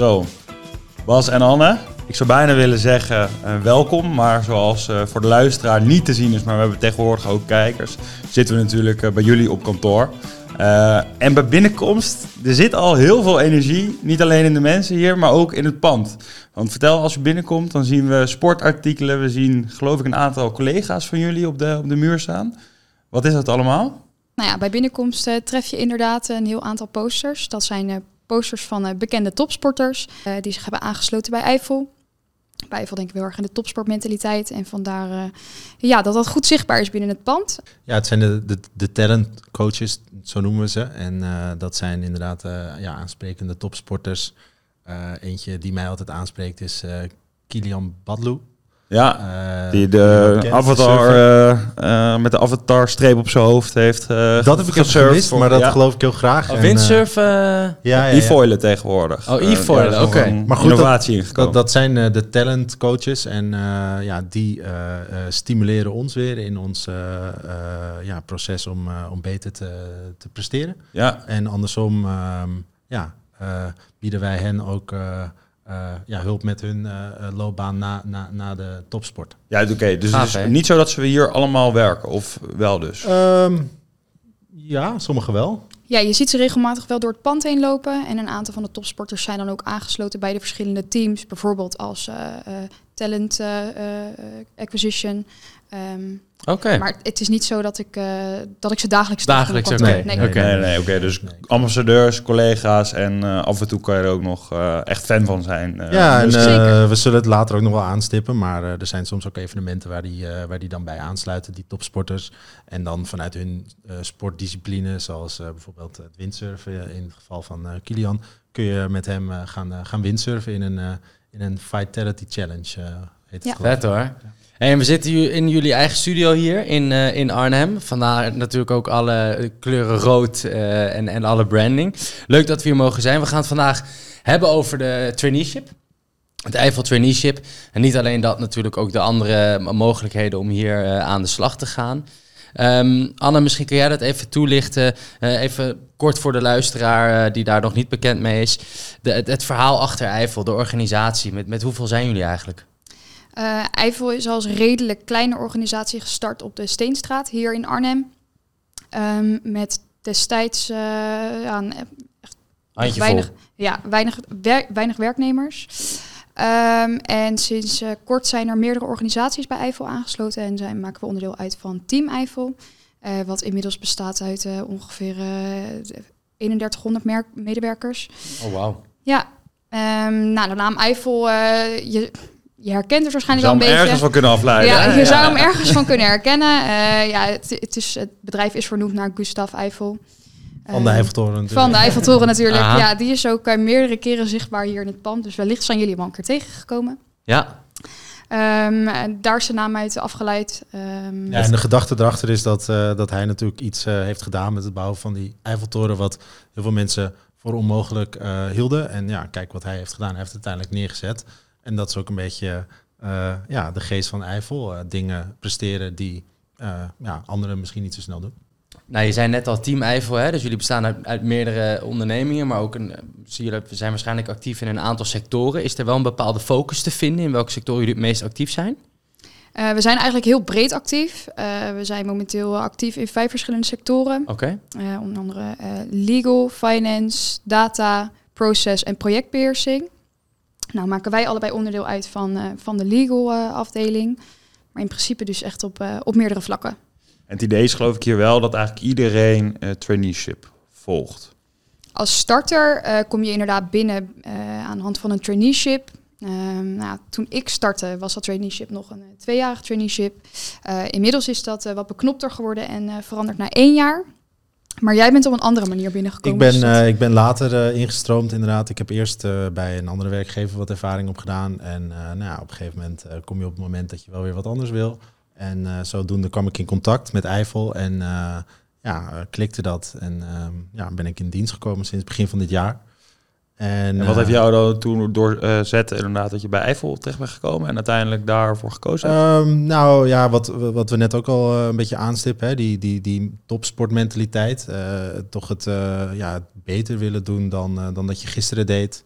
stroom. Bas en Anne, ik zou bijna willen zeggen welkom, maar zoals voor de luisteraar niet te zien is, maar we hebben tegenwoordig ook kijkers, zitten we natuurlijk bij jullie op kantoor. En bij binnenkomst, er zit al heel veel energie, niet alleen in de mensen hier, maar ook in het pand. Want vertel, als je binnenkomt, dan zien we sportartikelen, we zien geloof ik een aantal collega's van jullie op de muur staan. Wat is dat allemaal? Nou ja, bij binnenkomst tref je inderdaad een heel aantal posters. Dat zijn posters van bekende topsporters die zich hebben aangesloten bij Eiffel. Bij Eiffel denken we heel erg aan de topsportmentaliteit. En vandaar dat goed zichtbaar is binnen het pand. Ja, het zijn de talentcoaches, zo noemen we ze. En dat zijn inderdaad aansprekende topsporters. Eentje die mij altijd aanspreekt is Kylian Badlou. Ja, die de avatar met de avatar-streep op zijn hoofd heeft dat heb ik even gemist, maar dat geloof ik heel graag. Windsurfen? E-foilen tegenwoordig. E-foilen, oké. Maar goed, innovatie ingekomen. Dat zijn de talentcoaches en die stimuleren ons weer in ons proces om beter te presteren. Ja. En andersom bieden wij hen ook hulp met hun loopbaan na de topsport. Ja, oké. Dus het is niet zo dat ze hier allemaal werken, of wel dus? Ja, sommigen wel. Ja, je ziet ze regelmatig wel door het pand heen lopen. En een aantal van de topsporters zijn dan ook aangesloten bij de verschillende teams. Bijvoorbeeld als talent acquisition. Oké. Maar het is niet zo dat ik ze dagelijks Oké. Dus ambassadeurs, collega's en af en toe kan je er ook nog echt fan van zijn. We zullen het later ook nog wel aanstippen, maar er zijn soms ook evenementen waar die dan bij aansluiten, die topsporters. En dan vanuit hun sportdiscipline, zoals bijvoorbeeld het windsurfen, in het geval van Kylian, kun je met hem gaan windsurfen in een Vitality Challenge. Heet het vet hoor. Ja. En we zitten hier in jullie eigen studio hier in Arnhem. Vandaar natuurlijk ook alle kleuren rood en alle branding. Leuk dat we hier mogen zijn. We gaan het vandaag hebben over de traineeship. Het Eiffel Traineeship. En niet alleen dat, natuurlijk ook de andere mogelijkheden om hier aan de slag te gaan. Anne, misschien kun jij dat even toelichten. Even kort voor de luisteraar die daar nog niet bekend mee is. Het verhaal achter Eiffel, de organisatie. Met hoeveel zijn jullie eigenlijk? Eiffel is als redelijk kleine organisatie gestart op de Steenstraat hier in Arnhem. Met destijds weinig werknemers. En sinds kort zijn er meerdere organisaties bij Eiffel aangesloten. En maken we onderdeel uit van Team Eiffel. Wat inmiddels bestaat uit ongeveer 3100 medewerkers. Oh, wauw. Ja, de naam Eiffel... Je herkent het waarschijnlijk wel een beetje. Je zou hem ergens van kunnen afleiden. Ja, je zou hem ergens van kunnen herkennen. Het bedrijf is vernoemd naar Gustave Eiffel. Van de Eiffeltoren natuurlijk. Van de Eiffeltoren natuurlijk. Aha. Ja, die is ook meerdere keren zichtbaar hier in het pand. Dus wellicht zijn jullie hem al een keer tegengekomen. Ja. Daar is de naam uit afgeleid. En de gedachte erachter is dat hij natuurlijk iets heeft gedaan met het bouwen van die Eiffeltoren, wat heel veel mensen voor onmogelijk hielden. En kijk wat hij heeft gedaan. Hij heeft het uiteindelijk neergezet. En dat is ook een beetje de geest van Eiffel. Zijn presteren die anderen misschien niet zo snel doen. Nou, je zei net al Team Eiffel, hè? Dus jullie bestaan uit meerdere ondernemingen, maar ook we zijn waarschijnlijk actief in een aantal sectoren. Is er wel een bepaalde focus te vinden in welke sectoren jullie het meest actief zijn? We zijn eigenlijk heel breed actief. We zijn momenteel actief in 5 verschillende sectoren. Oké. Onder andere legal, finance, data, process en projectbeheersing. Nou maken wij allebei onderdeel uit van de legal afdeling. Maar in principe dus echt op meerdere vlakken. En het idee is geloof ik hier wel dat eigenlijk iedereen traineeship volgt. Als starter kom je inderdaad binnen aan de hand van een traineeship. Toen ik startte was dat traineeship nog een 2-jarig traineeship. Inmiddels is dat wat beknopter geworden en veranderd naar 1 jaar. Maar jij bent op een andere manier binnengekomen. Ik ben later ingestroomd inderdaad. Ik heb eerst bij een andere werkgever wat ervaring opgedaan. En op een gegeven moment kom je op het moment dat je wel weer wat anders wil. En zodoende kwam ik in contact met Eiffel en klikte dat. En ben ik in dienst gekomen sinds het begin van dit jaar. En wat heeft jou dan toen doorzetten inderdaad dat je bij Eiffel terecht bent gekomen en uiteindelijk daarvoor gekozen hebt? Wat we net ook al een beetje aanstippen, hè, die topsportmentaliteit. Toch het beter willen doen dan dat je gisteren deed.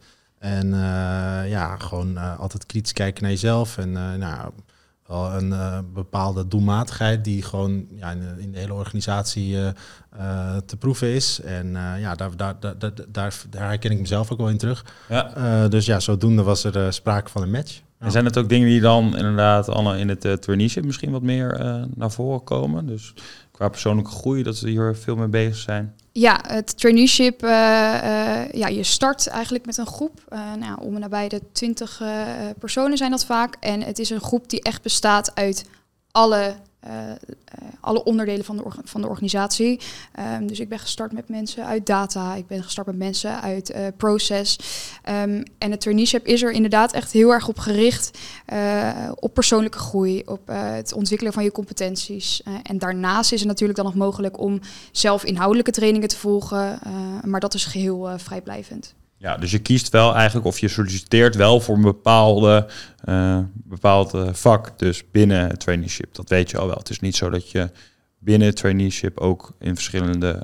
En gewoon altijd kritisch kijken naar jezelf. En wel een bepaalde doelmatigheid die gewoon in de hele organisatie te proeven is. En daar herken ik mezelf ook wel in terug. Ja. Dus zodoende was er sprake van een match. En zijn het ook dingen die dan inderdaad alle in het traineeship misschien wat meer naar voren komen? Dus qua persoonlijke groei, dat ze hier veel mee bezig zijn? Ja, het traineeship, je start eigenlijk met een groep. Om en nabij de 20 personen zijn dat vaak. En het is een groep die echt bestaat uit alle onderdelen van de organisatie. Dus ik ben gestart met mensen uit data. Ik ben gestart met mensen uit process. En het traineeship is er inderdaad echt heel erg op gericht. Op persoonlijke groei. Op het ontwikkelen van je competenties. En daarnaast is het natuurlijk dan nog mogelijk om zelf inhoudelijke trainingen te volgen. Maar dat is geheel vrijblijvend. Ja, dus je kiest wel eigenlijk of je solliciteert wel voor een bepaald vak dus binnen het traineeship. Dat weet je al wel. Het is niet zo dat je binnen het traineeship ook in verschillende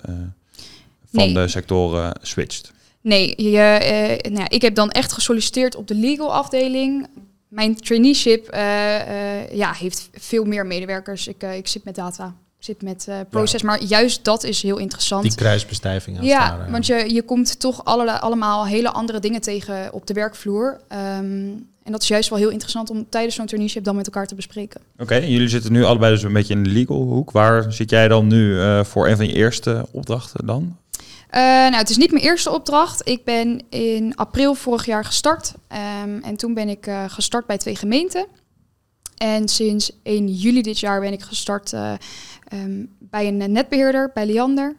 de sectoren switcht. Nee, ik heb dan echt gesolliciteerd op de legal afdeling. Mijn traineeship heeft veel meer medewerkers. Ik zit met data. Zit met proces, maar juist dat is heel interessant. Die kruisbestuiving. Want je komt toch allemaal hele andere dingen tegen op de werkvloer. En dat is juist wel heel interessant om tijdens zo'n traineeship dan met elkaar te bespreken. Oké, jullie zitten nu allebei dus een beetje in de legal hoek. Waar zit jij dan nu voor een van je eerste opdrachten dan? Het is niet mijn eerste opdracht. Ik ben in april vorig jaar gestart. En toen ben ik gestart bij 2 gemeenten. En sinds 1 juli dit jaar ben ik gestart bij een netbeheerder, bij Liander.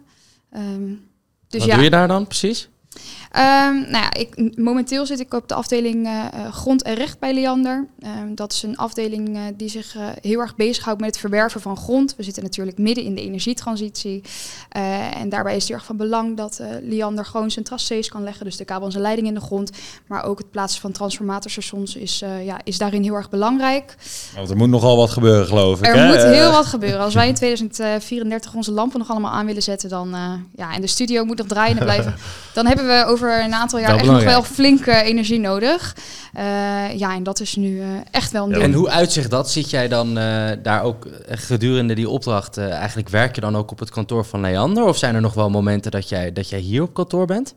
Wat doe je daar dan precies? Momenteel zit ik op de afdeling grond en recht bij Liander. Dat is een afdeling die zich heel erg bezighoudt met het verwerven van grond. We zitten natuurlijk midden in de energietransitie. En daarbij is het heel erg van belang dat Liander gewoon zijn tracés kan leggen. Dus de kabel en zijn leiding in de grond. Maar ook het plaatsen van transformatorstations is daarin heel erg belangrijk. Want er moet nogal wat gebeuren, geloof ik. Er moet heel wat gebeuren. Als wij in 2034 onze lampen nog allemaal aan willen zetten, dan en de studio moet nog draaien en blijven. Dan hebben we over een aantal jaar echt nog wel flinke energie nodig. En dat is nu echt wel een ding. En hoe uitzicht dat? Zit jij dan daar ook gedurende die opdracht? Eigenlijk werk je dan ook op het kantoor van Liander? Of zijn er nog wel momenten dat jij hier op kantoor bent?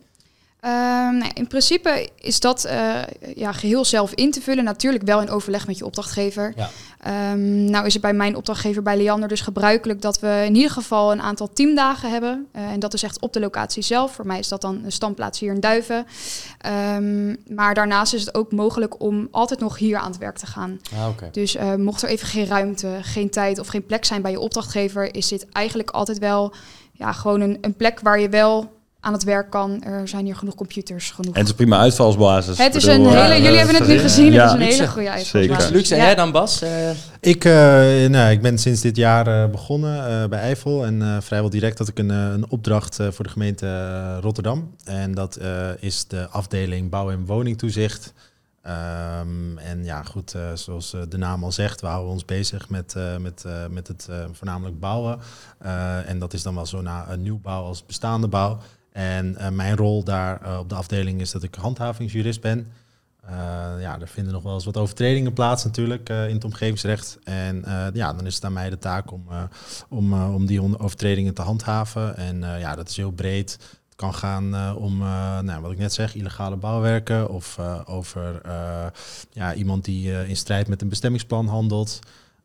In principe is dat geheel zelf in te vullen. Natuurlijk wel in overleg met je opdrachtgever. Ja. Is het bij mijn opdrachtgever bij Liander dus gebruikelijk dat we in ieder geval een aantal teamdagen hebben. En dat is echt op de locatie zelf. Voor mij is dat dan een standplaats hier in Duiven. Maar daarnaast is het ook mogelijk om altijd nog hier aan het werk te gaan. Okay. Dus mocht er even geen ruimte, geen tijd of geen plek zijn bij je opdrachtgever, is dit eigenlijk altijd wel gewoon een plek waar je wel aan het werk kan. Er zijn hier genoeg computers. En het is prima uitvalsbasis. Het is jullie hebben het nu gezien. Het is een hele goede uitvalsbasis. Luc, en jij dan, Bas? Ik ben sinds dit jaar begonnen bij Eifel. En vrijwel direct had ik een opdracht voor de gemeente Rotterdam. En dat is de afdeling bouw- en woningtoezicht. Zoals de naam al zegt, we houden ons bezig met het voornamelijk bouwen. En dat is dan wel zo na een nieuwbouw als bestaande bouw. En mijn rol daar op de afdeling is dat ik handhavingsjurist ben. Er vinden nog wel eens wat overtredingen plaats natuurlijk in het omgevingsrecht. En dan is het aan mij de taak om die overtredingen te handhaven. En dat is heel breed. Het kan gaan om, wat ik net zeg, illegale bouwwerken. Of over iemand die in strijd met een bestemmingsplan handelt.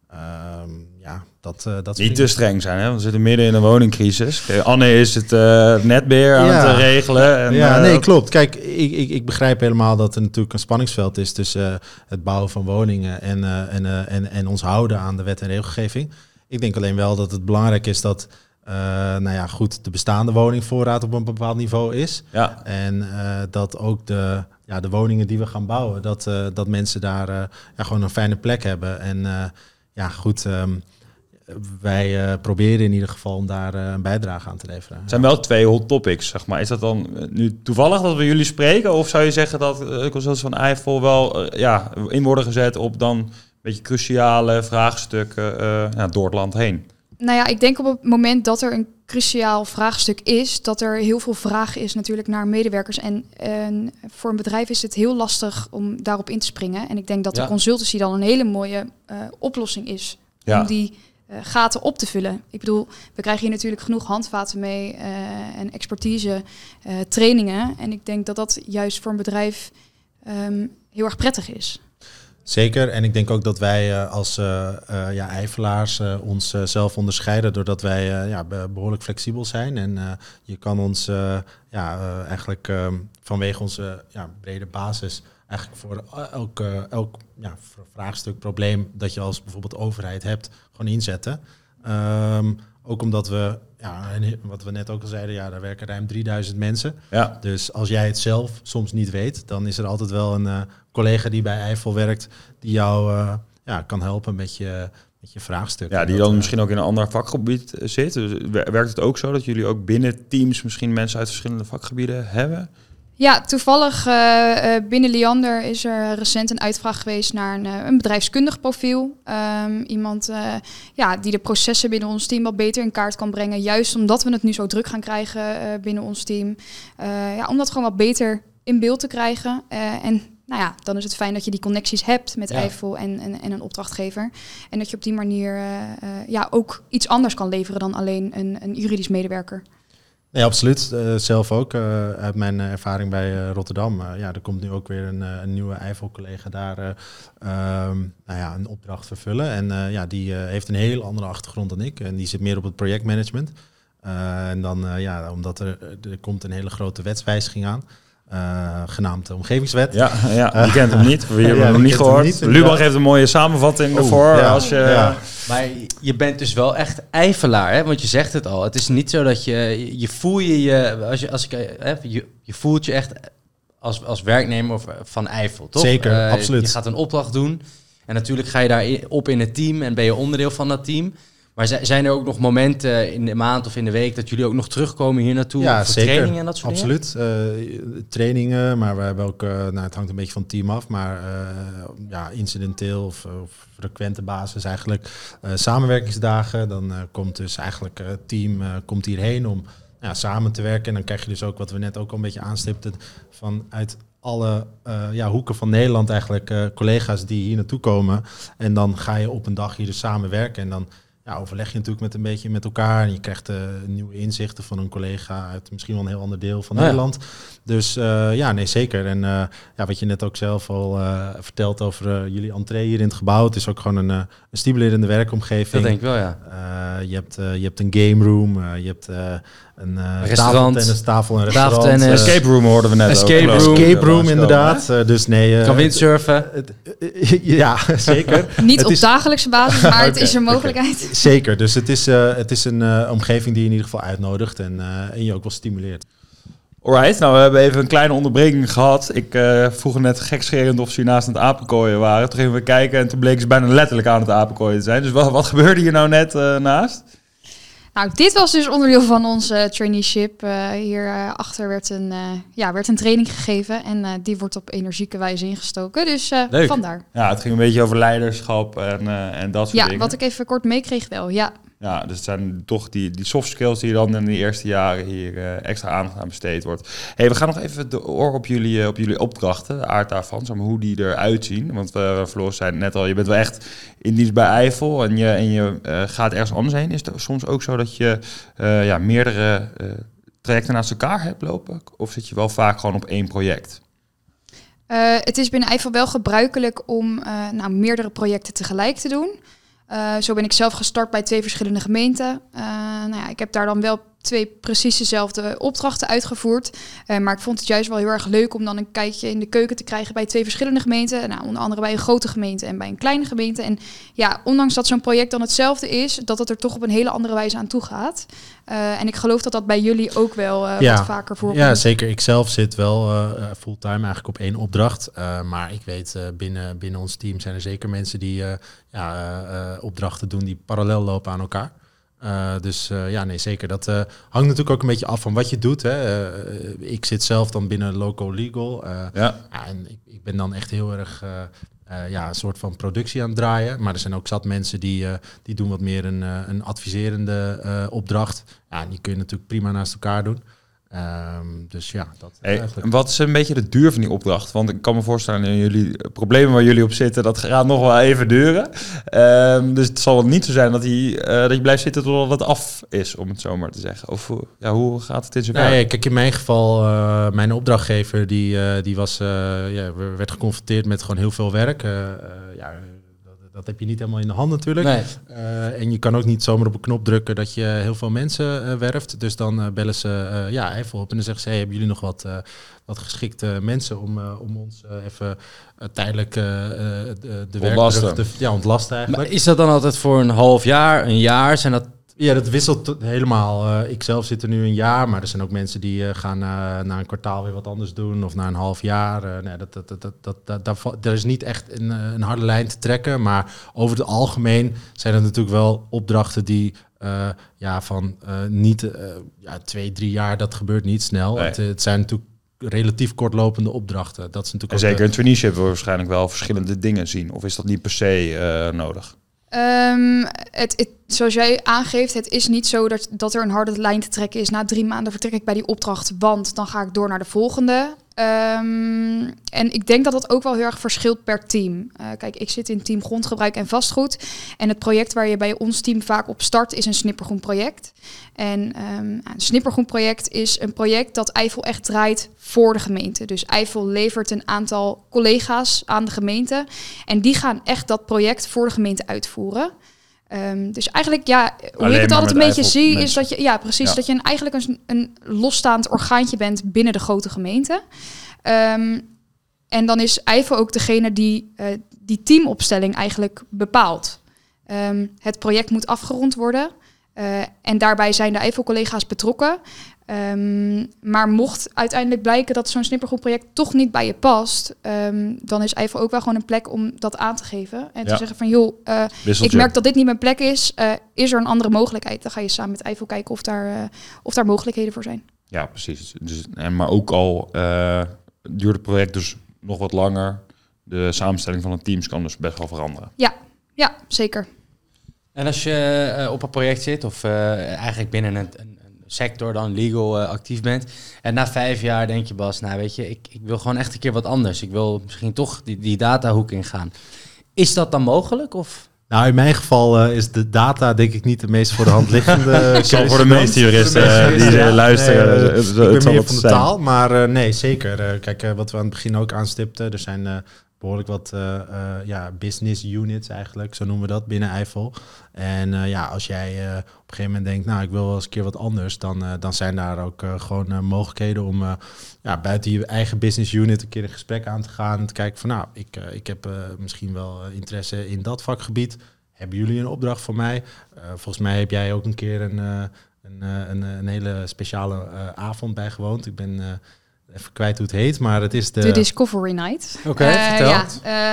Dat niet te streng zijn, hè? We zitten midden in een woningcrisis. Anne is het netbeheer aan het regelen. En, klopt. Kijk, ik begrijp helemaal dat er natuurlijk een spanningsveld is tussen het bouwen van woningen en ons houden aan de wet en regelgeving. Ik denk alleen wel dat het belangrijk is dat de bestaande woningvoorraad op een bepaald niveau is. Ja. En dat ook de woningen die we gaan bouwen, dat mensen daar gewoon een fijne plek hebben. En wij proberen in ieder geval om daar een bijdrage aan te leveren. Het zijn wel 2 hot topics, zeg maar. Is dat dan nu toevallig dat we jullie spreken? Of zou je zeggen dat consultants van Eifel wel in worden gezet op dan een beetje cruciale vraagstukken door het land heen? Ik denk op het moment dat er een cruciaal vraagstuk is dat er heel veel vraag is natuurlijk naar medewerkers. En voor een bedrijf is het heel lastig om daarop in te springen. En ik denk dat de consultancy dan een hele mooie oplossing is om die gaten op te vullen. Ik bedoel, we krijgen hier natuurlijk genoeg handvaten mee en expertise, trainingen. En ik denk dat dat juist voor een bedrijf heel erg prettig is. Zeker, en ik denk ook dat wij als Eifelaars ons zelf onderscheiden doordat wij behoorlijk flexibel zijn. En je kan ons eigenlijk vanwege onze brede basis eigenlijk voor elk vraagstuk, probleem dat je als bijvoorbeeld overheid hebt, gewoon inzetten. Ook omdat we, wat we net ook al zeiden, daar werken ruim 3000 mensen. Ja. Dus als jij het zelf soms niet weet, dan is er altijd wel een collega die bij Eifel werkt, die jou kan helpen met je vraagstuk. Ja, die dan misschien ook in een ander vakgebied zit. Dus werkt het ook zo dat jullie ook binnen teams misschien mensen uit verschillende vakgebieden hebben? Ja, toevallig binnen Liander is er recent een uitvraag geweest naar een bedrijfskundig profiel. Iemand die de processen binnen ons team wat beter in kaart kan brengen. Juist omdat we het nu zo druk gaan krijgen binnen ons team. Om dat gewoon wat beter in beeld te krijgen. Dan is het fijn dat je die connecties hebt met Eifel en een opdrachtgever. En dat je op die manier ook iets anders kan leveren dan alleen een juridisch medewerker. Nee, absoluut. Zelf ook. Uit mijn ervaring bij Rotterdam. Er komt nu ook weer een nieuwe Eifel-collega daar een opdracht vervullen. En die heeft een heel andere achtergrond dan ik. En die zit meer op het projectmanagement. Omdat er komt een hele grote wetswijziging aan. Genaamd de Omgevingswet. Ja, je kent hem niet. We hebben hem nog niet gehoord. Lubach heeft een mooie samenvatting ervoor. Maar je bent dus wel echt Eifelaar, hè? Want je zegt het al. Het is niet zo dat je voelt je echt als werknemer van Eifel, toch? Zeker, absoluut. Je gaat een opdracht doen en natuurlijk ga je daar op in het team en ben je onderdeel van dat team. Maar zijn er ook nog momenten in de maand of in de week dat jullie ook nog terugkomen hier naartoe? Ja, voor zeker. Trainingen en dat soort dingen? Absoluut. Trainingen, maar we hebben ook, het hangt een beetje van het team af, maar incidenteel of frequente basis eigenlijk samenwerkingsdagen. Dan komt dus eigenlijk het team komt hierheen om samen te werken. En dan krijg je dus ook wat we net ook al een beetje aanstipten vanuit alle hoeken van Nederland eigenlijk collega's die hier naartoe komen. En dan ga je op een dag hier dus samenwerken en dan overleg je natuurlijk een beetje met elkaar. En je krijgt nieuwe inzichten van een collega uit misschien wel een heel ander deel van Nederland. Dus zeker. En wat je net ook zelf al vertelt over jullie entree hier in het gebouw. Het is ook gewoon een stimulerende werkomgeving. Dat denk ik wel, ja. Je hebt een game room. Je hebt een restaurant. Tafel en restaurant. Escape room hoorden we net Escape room inderdaad. Dus nee. Kan windsurfen. Ja, zeker. Niet op dagelijkse basis, maar het is een mogelijkheid. Zeker. Dus het is een omgeving die je in ieder geval uitnodigt en je ook wel stimuleert. Alright, nou we hebben even een kleine onderbreking gehad. Ik vroeg net gekscherend of ze hier naast aan het apenkooien waren. Toen gingen we kijken en toen bleken ze bijna letterlijk aan het apenkooien te zijn. Dus wat gebeurde hier nou net naast? Nou, dit was dus onderdeel van onze traineeship. Hierachter werd een training gegeven en die wordt op energieke wijze ingestoken. Dus vandaar. Ja, het ging een beetje over leiderschap en dat soort dingen. Ja, wat ik even kort meekreeg wel, ja. Ja, dus het zijn toch die soft skills die dan in de eerste jaren hier extra aandacht aan besteed wordt. Hey, we gaan nog even de oor op jullie opdrachten, de aard daarvan, zeg maar, hoe die eruit zien. Want Floris zei net al, je bent wel echt in dienst bij Eifel en je gaat ergens anders heen. Is het soms ook zo dat je meerdere trajecten naast elkaar hebt lopen? Of zit je wel vaak gewoon op één project? Het is binnen Eifel wel gebruikelijk om meerdere projecten tegelijk te doen. Zo ben ik zelf gestart bij 2 verschillende gemeenten. Ik heb daar dan wel 2 precies dezelfde opdrachten uitgevoerd. Maar ik vond het juist wel heel erg leuk om dan een kijkje in de keuken te krijgen bij 2 verschillende gemeenten. Onder andere bij een grote gemeente en bij een kleine gemeente. En ondanks dat zo'n project dan hetzelfde is, dat het er toch op een hele andere wijze aan toe gaat. En ik geloof dat dat bij jullie ook wel wat vaker voorkomt. Ja, zeker. Ik zelf zit wel fulltime eigenlijk op 1 opdracht. Maar ik weet, binnen ons team zijn er zeker mensen die opdrachten doen die parallel lopen aan elkaar. Zeker. Dat hangt natuurlijk ook een beetje af van wat je doet. Hè. Ik zit zelf dan binnen local legal. En ik ben dan echt heel erg een soort van productie aan het draaien. Maar er zijn ook zat mensen die doen wat meer een adviserende opdracht. Ja, die kun je natuurlijk prima naast elkaar doen. Dus ja, dat eigenlijk. Wat is een beetje de duur van die opdracht? Want ik kan me voorstellen, jullie problemen waar jullie op zitten, dat gaat nog wel even duren. Dus het zal niet zo zijn dat je blijft zitten totdat het af is, om het zo maar te zeggen. Of hoe gaat het in zijn werk? Nee, kijk, in mijn geval, mijn opdrachtgever die werd geconfronteerd met gewoon heel veel werk. Dat heb je niet helemaal in de hand natuurlijk. Nee. En je kan ook niet zomaar op een knop drukken dat je heel veel mensen werft. Dus dan bellen ze even op en dan zeggen ze... Hey, hebben jullie nog wat geschikte mensen om ons even tijdelijk de ontlasten. werk ontlasten eigenlijk. Maar is dat dan altijd voor een half jaar, een jaar? Zijn dat... Ja, dat wisselt helemaal. Ik zelf zit er nu een jaar, maar er zijn ook mensen die gaan na een kwartaal weer wat anders doen of na een half jaar. Er is niet echt een harde lijn te trekken, maar over het algemeen zijn het natuurlijk wel opdrachten die niet 2-3 jaar, dat gebeurt niet snel. Nee. Het zijn natuurlijk relatief kortlopende opdrachten. Dat is natuurlijk En zeker een traineeship wil waarschijnlijk wel verschillende dingen zien. Of is dat niet per se nodig? Zoals jij aangeeft, het is niet zo dat er een harde lijn te trekken is. Na 3 maanden vertrek ik bij die opdracht, want dan ga ik door naar de volgende. En ik denk dat dat ook wel heel erg verschilt per team. Kijk, ik zit in team grondgebruik en vastgoed. En het project waar je bij ons team vaak op start is een snippergroen project. En een snippergroen project is een project dat Eiffel echt draait voor de gemeente. Dus Eiffel levert een aantal collega's aan de gemeente. En die gaan echt dat project voor de gemeente uitvoeren. Dus eigenlijk, hoe ik het altijd een beetje zie, is dat je, dat je eigenlijk een losstaand orgaantje bent binnen de grote gemeente. En dan is Eiffel ook degene die teamopstelling eigenlijk bepaalt. Het project moet afgerond worden. En daarbij zijn de Eiffel-collega's betrokken. Maar mocht uiteindelijk blijken dat zo'n snippergroep-project toch niet bij je past, dan is Eiffel ook wel gewoon een plek om dat aan te geven. En te zeggen van, ik merk dat dit niet mijn plek is. Is er een andere mogelijkheid? Dan ga je samen met Eiffel kijken of daar mogelijkheden voor zijn. Ja, precies. Dus, maar ook al duurt het project dus nog wat langer. De samenstelling van de teams kan dus best wel veranderen. Ja, zeker. En als je op een project zit of eigenlijk binnen een sector dan legal actief bent en na 5 jaar denk je, Bas, nou weet je, ik wil gewoon echt een keer wat anders. Ik wil misschien toch die datahoek ingaan. Is dat dan mogelijk? Of? Nou, in mijn geval is de data denk ik niet de meest voor de hand liggende. Zal voor de meeste juristen die luisteren. Ik ben meer van de taal, maar nee, zeker. Kijk, wat we aan het begin ook aanstipten, er zijn behoorlijk wat business units eigenlijk, zo noemen we dat, binnen Eiffel. En als jij op een gegeven moment denkt, nou, ik wil wel eens een keer wat anders, dan zijn daar ook gewoon mogelijkheden om buiten je eigen business unit een keer een gesprek aan te gaan en te kijken van, nou, ik heb misschien wel interesse in dat vakgebied. Hebben jullie een opdracht voor mij? Volgens mij heb jij ook een keer een hele speciale avond bijgewoond. Ik ben even kwijt hoe het heet, maar het is de Discovery Night. Oké, vertel.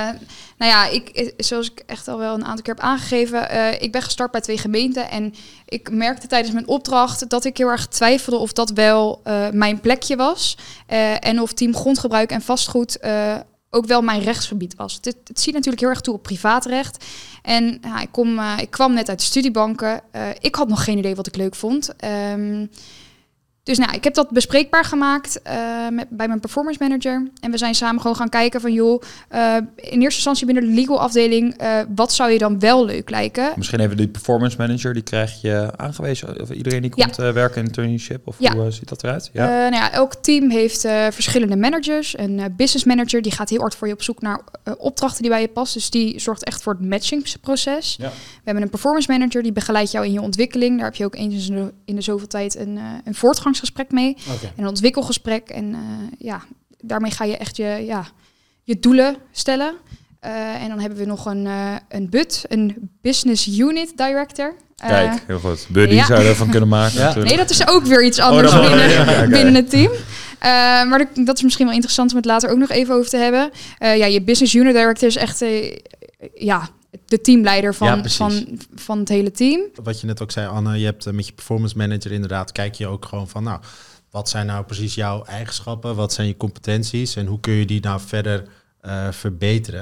Zoals ik echt al wel een aantal keer heb aangegeven, ik ben gestart bij 2 gemeenten en ik merkte tijdens mijn opdracht dat ik heel erg twijfelde of dat wel mijn plekje was en of team grondgebruik en vastgoed ook wel mijn rechtsgebied was. Het ziet natuurlijk heel erg toe op privaatrecht. En ik kwam net uit de studiebanken. Ik had nog geen idee wat ik leuk vond. Dus ik heb dat bespreekbaar gemaakt bij mijn performance manager. En we zijn samen gewoon gaan kijken van, in eerste instantie binnen de legal afdeling, wat zou je dan wel leuk lijken? Misschien even die performance manager, die krijg je aangewezen. Of iedereen die komt werken in een traineeship? Of hoe ziet dat eruit? Ja. Elk team heeft verschillende managers. Een business manager, die gaat heel hard voor je op zoek naar opdrachten die bij je passen. Dus die zorgt echt voor het matchingsproces. Ja. We hebben een performance manager, die begeleidt jou in je ontwikkeling. Daar heb je ook eens in de zoveel tijd een voortgangsgesprek mee. Okay. Een ontwikkelgesprek. En daarmee ga je echt je doelen stellen. En dan hebben we nog een BUD, een Business Unit Director. Kijk, heel goed. Buddy zou je ervan kunnen maken. Ja. Nee, dat is ook weer iets anders binnen het team. Maar dat is misschien wel interessant om het later ook nog even over te hebben. Je Business Unit Director is echt de teamleider van het hele team. Wat je net ook zei, Anne, je hebt met je performance manager inderdaad, kijk je ook gewoon van, nou, wat zijn nou precies jouw eigenschappen? Wat zijn je competenties? En hoe kun je die nou verder verbeteren?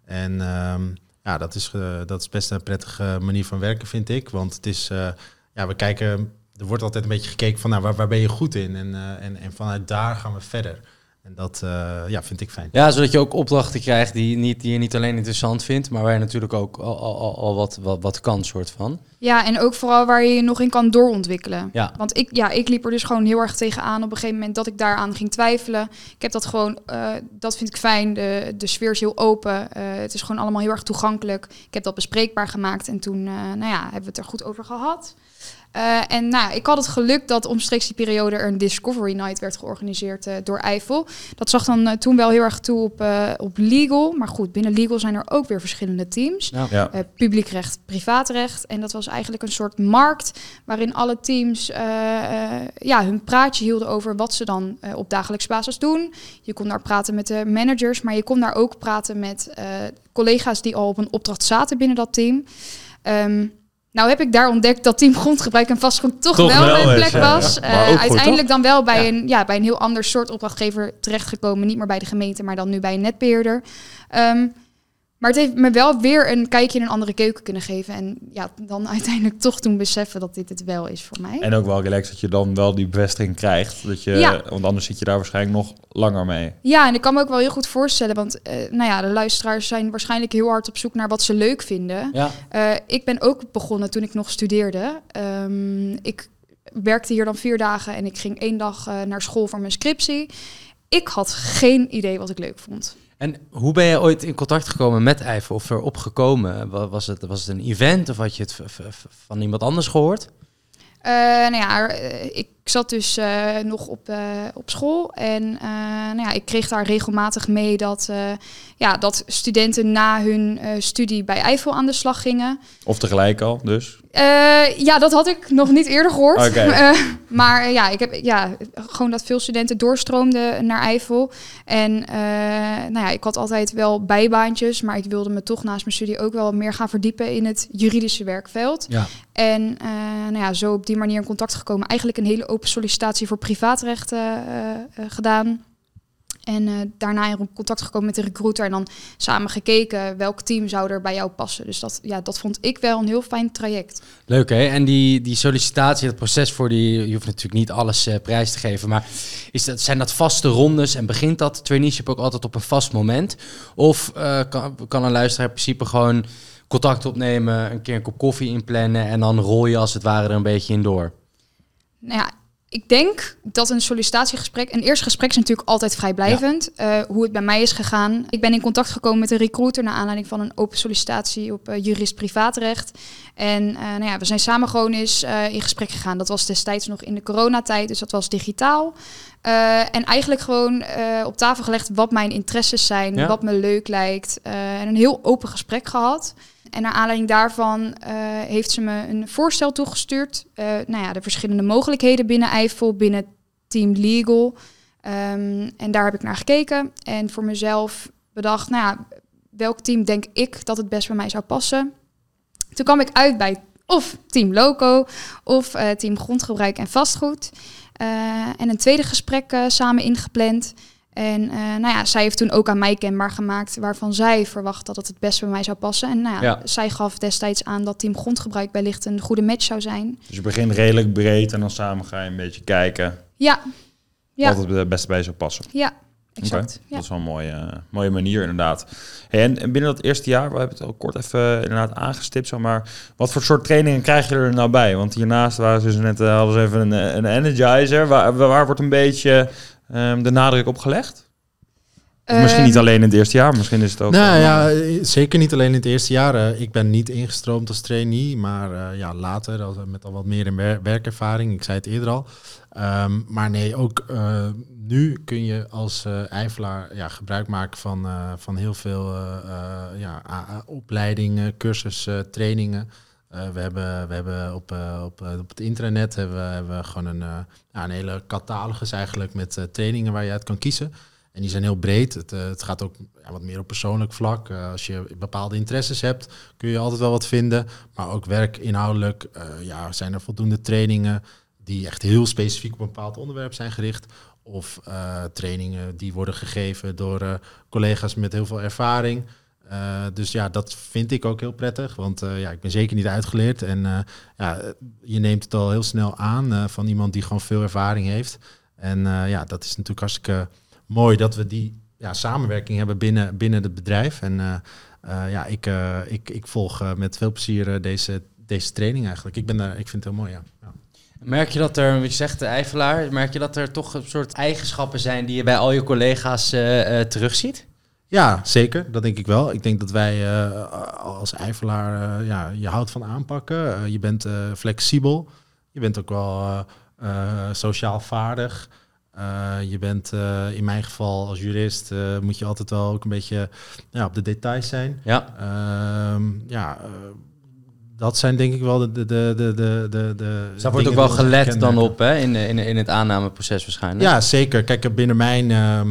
En dat is best een prettige manier van werken, vind ik. Want het is, we kijken, er wordt altijd een beetje gekeken van waar ben je goed in? En vanuit daar gaan we verder. En dat vind ik fijn. Ja, zodat je ook opdrachten krijgt die je niet alleen interessant vindt, maar waar je natuurlijk ook al wat kan, soort van. Ja, en ook vooral waar je je nog in kan doorontwikkelen. Ja. Want ik liep er dus gewoon heel erg tegenaan op een gegeven moment dat ik daaraan ging twijfelen. Ik heb dat gewoon, dat vind ik fijn. De sfeer is heel open. Het is gewoon allemaal heel erg toegankelijk. Ik heb dat bespreekbaar gemaakt en toen hebben we het er goed over gehad. Ik had het geluk dat omstreeks die periode er een Discovery Night werd georganiseerd door Eiffel. Dat zag dan toen wel heel erg toe op legal. Maar goed, binnen legal zijn er ook weer verschillende teams. Ja. Publiekrecht, privaatrecht. En dat was eigenlijk een soort markt waarin alle teams hun praatje hielden over wat ze dan op dagelijks basis doen. Je kon daar praten met de managers, maar je kon daar ook praten met collega's die al op een opdracht zaten binnen dat team. Nou heb ik daar ontdekt dat team grondgebruik en vastgoed toch wel mijn plek was. Uiteindelijk dan wel bij een heel ander soort opdrachtgever terechtgekomen. Niet meer bij de gemeente, maar dan nu bij een netbeheerder. Maar het heeft me wel weer een kijkje in een andere keuken kunnen geven. En dan uiteindelijk toch toen beseffen dat dit het wel is voor mij. En ook wel relaxed dat je dan wel die bevestiging krijgt. Want anders zit je daar waarschijnlijk nog langer mee. Ja, en ik kan me ook wel heel goed voorstellen. Want de luisteraars zijn waarschijnlijk heel hard op zoek naar wat ze leuk vinden. Ja. Ik ben ook begonnen toen ik nog studeerde. Ik werkte hier dan 4 dagen en ik ging 1 dag naar school voor mijn scriptie. Ik had geen idee wat ik leuk vond. En hoe ben je ooit in contact gekomen met Eiffel of erop gekomen? Was het een event of had je het van iemand anders gehoord? Ik zat dus nog op school en ik kreeg daar regelmatig mee dat studenten na hun studie bij Eiffel aan de slag gingen. Of tegelijk al, dus? Dat had ik nog niet eerder gehoord. Okay. Maar ik heb gewoon dat veel studenten doorstroomden naar Eiffel. En ik had altijd wel bijbaantjes, maar ik wilde me toch naast mijn studie ook wel meer gaan verdiepen in het juridische werkveld. Ja. En zo op die manier in contact gekomen. Eigenlijk een hele open sollicitatie voor privaatrecht gedaan. En daarna in contact gekomen met de recruiter en dan samen gekeken welk team zou er bij jou passen. Dus dat vond ik wel een heel fijn traject. Leuk hè? En die sollicitatie, het proces je hoeft natuurlijk niet alles prijs te geven, maar zijn dat vaste rondes en begint dat traineeship ook altijd op een vast moment? Of kan een luisteraar in principe gewoon contact opnemen, een keer een kop koffie inplannen en dan rol je als het ware er een beetje in door? Ik denk dat een een eerste gesprek is natuurlijk altijd vrijblijvend. Ja. Hoe het bij mij is gegaan. Ik ben in contact gekomen met een recruiter naar aanleiding van een open sollicitatie op jurist privaatrecht. En we zijn samen gewoon eens in gesprek gegaan. Dat was destijds nog in de coronatijd, dus dat was digitaal. En eigenlijk gewoon op tafel gelegd wat mijn interesses zijn, wat me leuk lijkt. En een heel open gesprek gehad. En naar aanleiding daarvan heeft ze me een voorstel toegestuurd. De verschillende mogelijkheden binnen Eiffel, binnen Team Legal. En daar heb ik naar gekeken. En voor mezelf bedacht, welk team denk ik dat het best bij mij zou passen? Toen kwam ik uit bij of Team Loco of Team Grondgebruik en Vastgoed. En een tweede gesprek samen ingepland. En zij heeft toen ook aan mij kenbaar gemaakt waarvan zij verwacht dat het best bij mij zou passen. En zij gaf destijds aan dat Team Grondgebruik wellicht een goede match zou zijn. Dus je begint redelijk breed en dan samen ga je een beetje kijken wat het beste bij je zou passen. Ja, exact. Okay. Ja. Dat is wel een mooie manier inderdaad. Hey, en binnen dat eerste jaar, we hebben het al kort even inderdaad aangestipt, zeg maar. Wat voor soort trainingen krijg je er nou bij? Want hiernaast waren ze dus net hadden ze even een energizer. Waar wordt een beetje de nadruk op gelegd? Of misschien niet alleen in het eerste jaar, misschien is het ook... Zeker niet alleen in het eerste jaar. Ik ben niet ingestroomd als trainee, maar later met al wat meer werkervaring. Ik zei het eerder al. Maar nee, ook nu kun je als Eiffelaar gebruik maken van heel veel opleidingen, cursussen, trainingen. We hebben op het intranet hebben we gewoon een hele catalogus eigenlijk met trainingen waar je uit kan kiezen. En die zijn heel breed. Het gaat ook wat meer op persoonlijk vlak. Als je bepaalde interesses hebt, kun je altijd wel wat vinden. Maar ook werkinhoudelijk zijn er voldoende trainingen die echt heel specifiek op een bepaald onderwerp zijn gericht. Of trainingen die worden gegeven door collega's met heel veel ervaring. Dus ja, dat vind ik ook heel prettig. Want ik ben zeker niet uitgeleerd. En je neemt het al heel snel aan van iemand die gewoon veel ervaring heeft. En dat is natuurlijk hartstikke mooi dat we die samenwerking hebben binnen het bedrijf. En ik volg met veel plezier deze training eigenlijk. Ik vind het heel mooi, ja. Merk je dat er, wat je zegt, de Eifelaar, merk je dat er toch een soort eigenschappen zijn die je bij al je collega's terugziet? Ja, zeker. Dat denk ik wel. Ik denk dat wij als Eifelaar, je houdt van aanpakken. Je bent flexibel. Je bent ook wel sociaal vaardig. Je bent in mijn geval als jurist moet je altijd wel ook een beetje op de details zijn. Ja. Dat zijn denk ik wel de Dus daar wordt ook wel gelet dan op, hè? In het aannameproces waarschijnlijk. Ja, zeker. Kijk, binnen mijn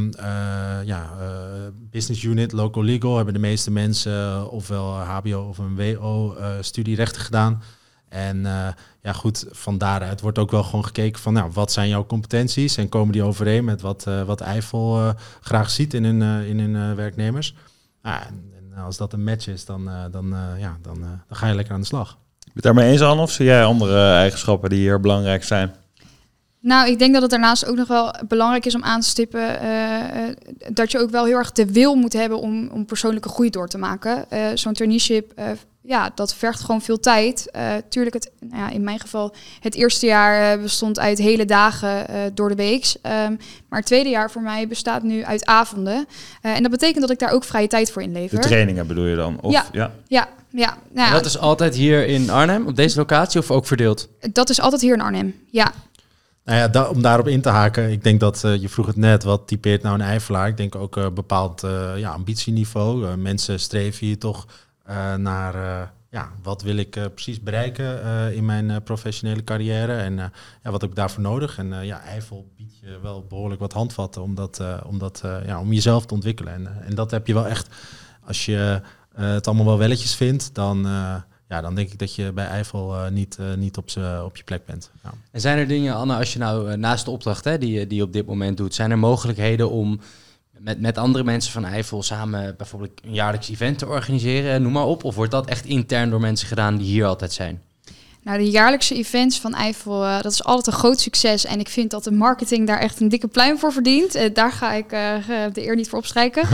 business unit, local legal, hebben de meeste mensen ofwel HBO of een WO-studie rechten gedaan. En van daaruit wordt ook wel gewoon gekeken van, wat zijn jouw competenties en komen die overeen met wat Eifel graag ziet in hun werknemers. En als dat een match is, dan ga je lekker aan de slag. Ben je het daarmee eens, Anne, of zie jij andere eigenschappen die hier belangrijk zijn? Nou, ik denk dat het daarnaast ook nog wel belangrijk is om aan te stippen dat je ook wel heel erg de wil moet hebben om persoonlijke groei door te maken. Zo'n traineeship, dat vergt gewoon veel tijd. Tuurlijk, in mijn geval, het eerste jaar bestond uit hele dagen door de week. Maar het tweede jaar voor mij bestaat nu uit avonden. En dat betekent dat ik daar ook vrije tijd voor inlever. De trainingen bedoel je dan? Of, Ja. En dat is altijd hier in Arnhem, op deze locatie, of ook verdeeld? Dat is altijd hier in Arnhem, ja. Nou ja, om daarop in te haken, ik denk dat je vroeg het net, wat typeert nou een Eifelaar? Ik denk ook een bepaald ambitieniveau. Mensen streven hier toch naar wat wil ik precies bereiken in mijn professionele carrière en wat heb ik daarvoor nodig? En Eifel biedt je wel behoorlijk wat handvatten om jezelf te ontwikkelen. En dat heb je wel echt, als je het allemaal wel welletjes vindt, dan denk ik dat je bij Eifel niet op je plek bent. Ja. En zijn er dingen, Anne, als je nou naast de opdracht die je op dit moment doet, zijn er mogelijkheden om met andere mensen van Eifel samen bijvoorbeeld een jaarlijks event te organiseren, noem maar op? Of wordt dat echt intern door mensen gedaan die hier altijd zijn? Nou, de jaarlijkse events van Eifel, dat is altijd een groot succes. En ik vind dat de marketing daar echt een dikke pluim voor verdient. Daar ga ik de eer niet voor opstrijken.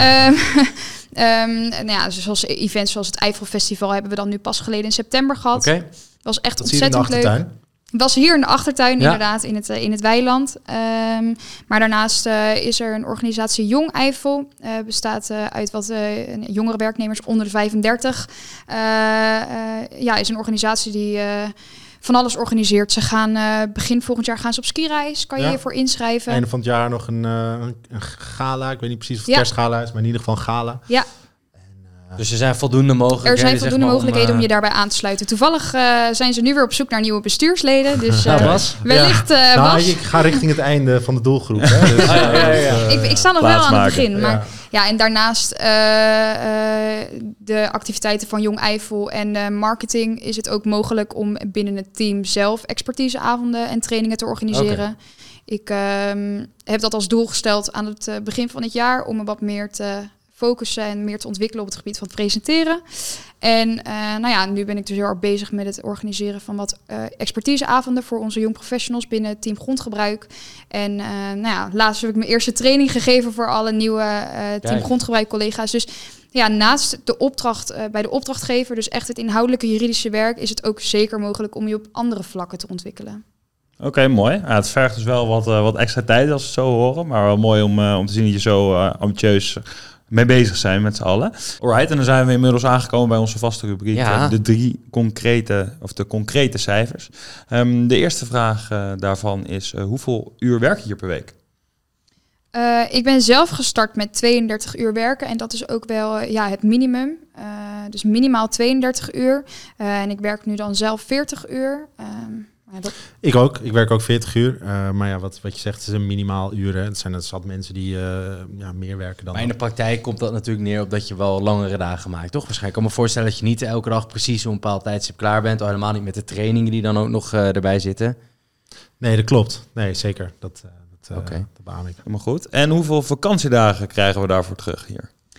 Zoals events zoals het Eifel Festival hebben we dan nu pas geleden in september gehad. Okay. Dat was echt dat ontzettend leuk. Was hier in de achtertuin, inderdaad, in het weiland. Maar daarnaast is er een organisatie Jong Eifel. Bestaat uit wat jongere werknemers onder de 35. Is een organisatie die van alles organiseert. Ze gaan begin volgend jaar gaan ze op skireis. Kan je je voor inschrijven. Einde van het jaar nog een gala. Ik weet niet precies of het kerstgala is, maar in ieder geval een gala. Ja. Dus er zijn voldoende mogelijkheden. Er zijn voldoende mogelijkheden om je daarbij aan te sluiten. Toevallig zijn ze nu weer op zoek naar nieuwe bestuursleden. Dus wellicht ik ga richting het einde van de doelgroep. Hè? Dus, ik sta nog wel aan het begin. Maar en daarnaast de activiteiten van Jong Eifel en marketing is het ook mogelijk om binnen het team zelf expertiseavonden en trainingen te organiseren. Okay. Ik heb dat als doel gesteld aan het begin van het jaar om me wat meer te focussen en meer te ontwikkelen op het gebied van het presenteren. En nu ben ik dus heel erg bezig met het organiseren van wat expertiseavonden voor onze jong professionals binnen het team grondgebruik. En laatst heb ik mijn eerste training gegeven voor alle nieuwe team grondgebruik collega's. Dus naast de opdracht bij de opdrachtgever, dus echt het inhoudelijke juridische werk, is het ook zeker mogelijk om je op andere vlakken te ontwikkelen. Oké, mooi. Het vergt dus wel wat extra tijd als we het zo horen. Maar wel mooi om te zien dat je zo ambitieus mee bezig zijn met z'n allen. Alright, en dan zijn we inmiddels aangekomen bij onze vaste rubriek. De concrete cijfers. De eerste vraag daarvan is, hoeveel uur werk je hier per week? Ik ben zelf gestart met 32 uur werken en dat is ook wel het minimum. Dus minimaal 32 uur. En ik werk nu dan zelf 40 uur. Ik ook. Ik werk ook 40 uur. Maar wat je zegt is een minimaal uren. Het zijn zat mensen die meer werken dan. Maar in de praktijk komt dat natuurlijk neer op dat je wel langere dagen maakt, toch? Waarschijnlijk kan me voorstellen dat je niet elke dag precies op een bepaald tijdstip klaar bent. Of helemaal niet met de trainingen die dan ook nog erbij zitten. Nee, dat klopt. Nee, zeker. Dat beaam ik. Helemaal goed. En hoeveel vakantiedagen krijgen we daarvoor terug hier?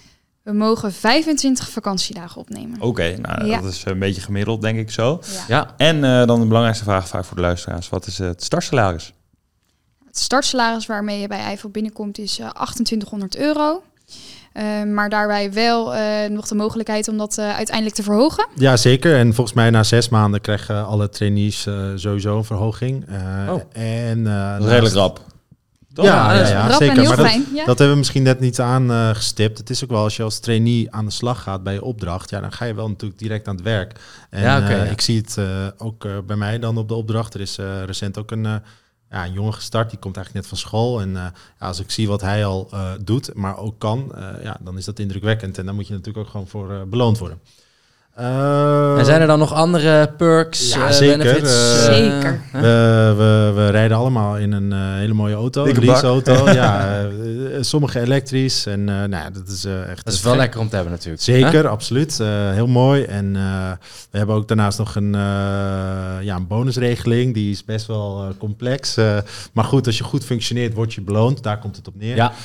We mogen 25 vakantiedagen opnemen. Oké, nou, Ja. dat is een beetje gemiddeld, denk ik zo. Ja. Ja. En dan de belangrijkste vraag vaak voor de luisteraars. Wat is het startsalaris? Het startsalaris waarmee je bij Eiffel binnenkomt is €2800. Maar daarbij wel nog de mogelijkheid om dat uiteindelijk te verhogen. Ja, zeker. En volgens mij na 6 maanden krijgen alle trainees sowieso een verhoging. En, Redelijk rap. Toch? Ja, dat is Rap zeker. en heel Maar dat, fijn. Ja. dat hebben we misschien net niet aangestipt. Het is ook wel als je als trainee aan de slag gaat bij je opdracht. Ja, dan ga je wel natuurlijk direct aan het werk. En Ja, oké, ja. ik zie het ook bij mij dan op de opdracht. Er is recent ook een jongen gestart. Die komt eigenlijk net van school. En als ik zie wat hij al doet, maar ook kan, dan is dat indrukwekkend. En daar moet je natuurlijk ook gewoon voor beloond worden. En zijn er dan nog andere perks, Ja, zeker. benefits? Zeker. We rijden allemaal in een hele mooie auto, Dikke een bak. leaseauto. Ja, sommige elektrisch. En dat is echt... Dat is wel lekker om te hebben natuurlijk. Zeker, absoluut. Heel mooi. En we hebben ook daarnaast nog een bonusregeling. Die is best wel complex. Maar goed, als je goed functioneert, word je beloond. Daar komt het op neer. Ja,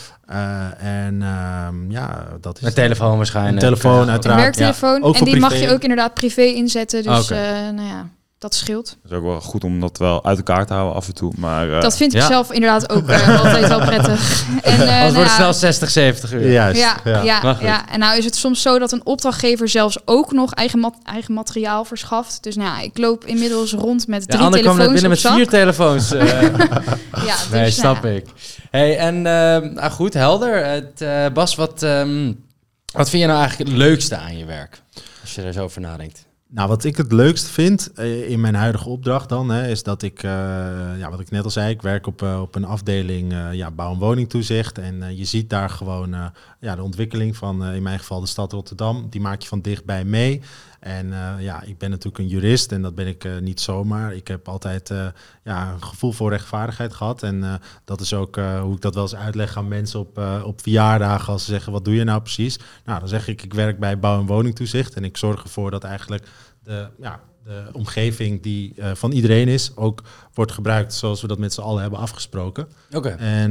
Dat is... met telefoon waarschijnlijk. Een telefoon, Een uiteraard. werktelefoon. Ook En voor die mag privé. je ook inderdaad privé inzetten. Dus Oké. dat scheelt. Het is ook wel goed om dat wel uit elkaar te houden af en toe. Maar Dat vind ik ja. zelf inderdaad ook altijd wel prettig. En, Anders wordt het snel 60, 70 uur. Juist, Maar goed. ja. En nou is het soms zo dat een opdrachtgever zelfs ook nog eigen materiaal verschaft. Dus ik loop inmiddels rond met 3 ander kwam net telefoons binnen op met zak. 4 telefoons. Ja, dus, Nee, snap ik. Hey, en goed, helder. Bas, wat vind je nou eigenlijk het leukste aan je werk? Als je er zo over nadenkt. Nou, wat ik het leukst vind in mijn huidige opdracht dan, is dat ik, wat ik net al zei, ik werk op een afdeling bouw- en woningtoezicht. En je ziet daar gewoon de ontwikkeling van, in mijn geval de stad Rotterdam, die maak je van dichtbij mee. En ik ben natuurlijk een jurist en dat ben ik niet zomaar. Ik heb altijd een gevoel voor rechtvaardigheid gehad. En dat is ook hoe ik dat wel eens uitleg aan mensen op verjaardagen als ze zeggen, wat doe je nou precies? Nou, dan zeg ik werk bij bouw- en woningtoezicht en ik zorg ervoor dat eigenlijk de omgeving die van iedereen is, ook wordt gebruikt zoals we dat met z'n allen hebben afgesproken. Oké. En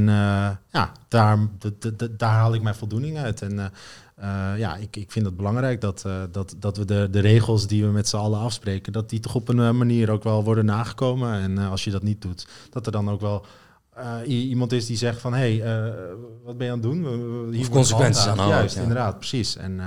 daar haal ik mijn voldoening uit. En ik vind het belangrijk dat we de regels die we met z'n allen afspreken, dat die toch op een manier ook wel worden nagekomen. En als je dat niet doet, dat er dan ook wel iemand is die zegt van, wat ben je aan het doen? Hier Of consequenties aan Juist, inderdaad, precies. En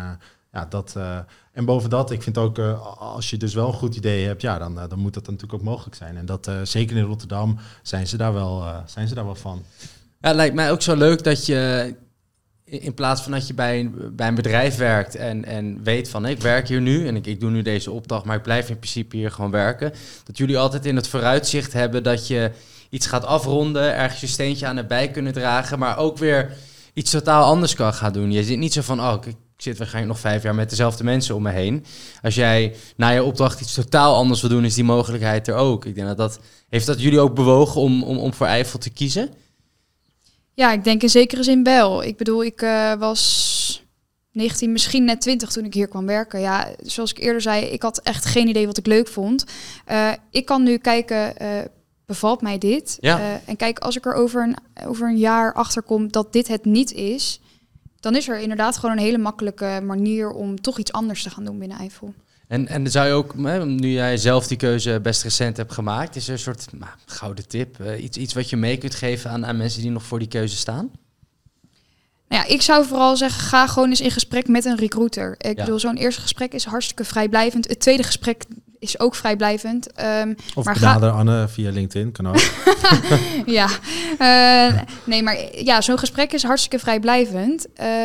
en boven dat, ik vind ook, als je dus wel een goed idee hebt, dan moet dat natuurlijk ook mogelijk zijn. En dat zeker in Rotterdam zijn ze daar wel van. Ja, het lijkt mij ook zo leuk dat je in plaats van dat je bij een bedrijf werkt en weet van ik werk hier nu en ik doe nu deze opdracht, maar ik blijf in principe hier gewoon werken. Dat jullie altijd in het vooruitzicht hebben dat je iets gaat afronden, ergens je steentje aan erbij kunnen dragen, maar ook weer iets totaal anders kan gaan doen. Je zit niet zo van, ik zit waarschijnlijk nog 5 jaar met dezelfde mensen om me heen. Als jij na je opdracht iets totaal anders wil doen, is die mogelijkheid er ook. Ik denk heeft dat jullie ook bewogen om voor Eiffel te kiezen? Ja, ik denk in zekere zin wel. Ik bedoel, ik was 19, misschien net 20 toen ik hier kwam werken. Ja, zoals ik eerder zei, ik had echt geen idee wat ik leuk vond. Ik kan nu kijken, bevalt mij dit? Ja. En kijk, als ik er over een jaar achter kom dat dit het niet is, dan is er inderdaad gewoon een hele makkelijke manier om toch iets anders te gaan doen binnen Eiffel. En zou je ook, nu jij zelf die keuze best recent hebt gemaakt, is er een soort gouden tip, iets wat je mee kunt geven aan mensen die nog voor die keuze staan? Nou ja, ik zou vooral zeggen, ga gewoon eens in gesprek met een recruiter. Ik Ja. bedoel, zo'n eerste gesprek is hartstikke vrijblijvend. Het tweede gesprek is ook vrijblijvend. Of maar benader Anne via LinkedIn, kan ook. Ja, nee, maar ja, zo'n gesprek is hartstikke vrijblijvend.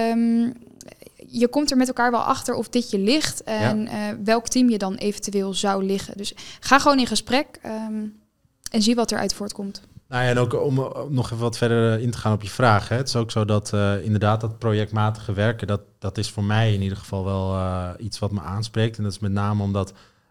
Je komt er met elkaar wel achter of dit je ligt en welk team je dan eventueel zou liggen. Dus ga gewoon in gesprek en zie wat eruit voortkomt. Nou ja, en ook om nog even wat verder in te gaan op je vraag. Hè. Het is ook zo dat inderdaad dat projectmatige werken, dat is voor mij in ieder geval wel iets wat me aanspreekt. En dat is met name omdat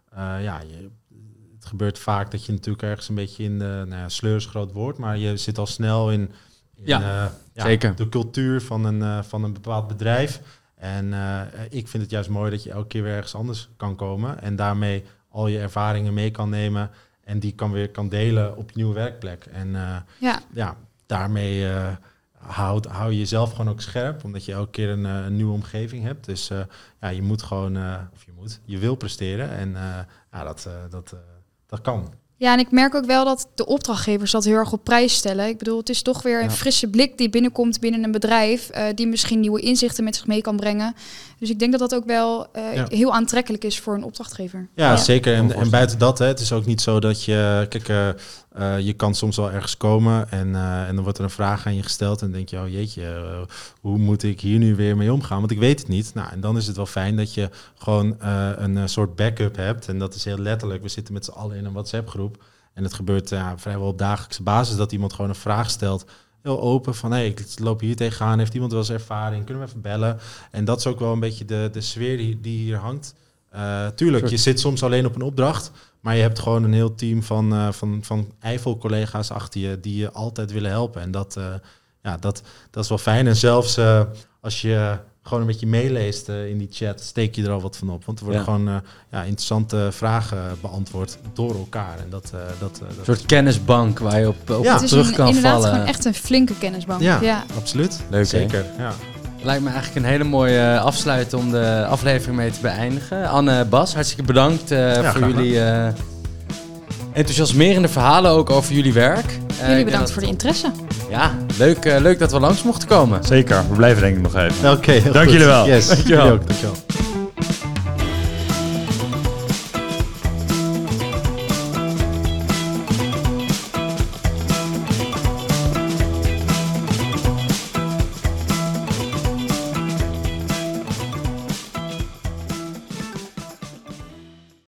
het gebeurt vaak dat je natuurlijk ergens een beetje in de sleur is groot woord, maar je zit al snel in zeker. de cultuur van een bepaald bedrijf. En ik vind het juist mooi dat je elke keer weer ergens anders kan komen en daarmee al je ervaringen mee kan nemen en die kan delen op je nieuwe werkplek. En daarmee hou je jezelf gewoon ook scherp, omdat je elke keer een nieuwe omgeving hebt. Dus je moet gewoon, je wil presteren en dat kan. Ja, en ik merk ook wel dat de opdrachtgevers dat heel erg op prijs stellen. Ik bedoel, het is toch weer een frisse blik die binnenkomt binnen een bedrijf, die misschien nieuwe inzichten met zich mee kan brengen. Dus ik denk dat dat ook wel heel aantrekkelijk is voor een opdrachtgever. Ja, zeker. En buiten dat, het is ook niet zo dat je... Kijk, je kan soms wel ergens komen en dan wordt er een vraag aan je gesteld en dan denk je, oh jeetje, hoe moet ik hier nu weer mee omgaan? Want ik weet het niet. Nou, en dan is het wel fijn dat je gewoon een soort backup hebt. En dat is heel letterlijk. We zitten met z'n allen in een WhatsApp-groep en het gebeurt vrijwel op dagelijkse basis dat iemand gewoon een vraag stelt. Heel open van, ik loop hier tegenaan. Heeft iemand wel eens ervaring? Kunnen we even bellen? En dat is ook wel een beetje de sfeer die hier hangt. Tuurlijk, je zit soms alleen op een opdracht, maar je hebt gewoon een heel team van Eiffel-collega's achter je die je altijd willen helpen. En dat is wel fijn. En zelfs als je gewoon een beetje meeleest in die chat, steek je er al wat van op. Want er worden gewoon interessante vragen beantwoord door elkaar. En een soort kennisbank waar je op terug kan vallen. Het is inderdaad gewoon echt een flinke kennisbank. Ja. Absoluut. Leuk, zeker. Ja. Lijkt me eigenlijk een hele mooie afsluiting om de aflevering mee te beëindigen. Anne, Bas, hartstikke bedankt voor jullie enthousiasmerende verhalen ook over jullie werk. Jullie bedankt voor de interesse. Ja, leuk dat we langs mochten komen. Zeker, we blijven denk ik nog even. Oké, dank jullie wel. Yes. Dankjewel. Dankjewel.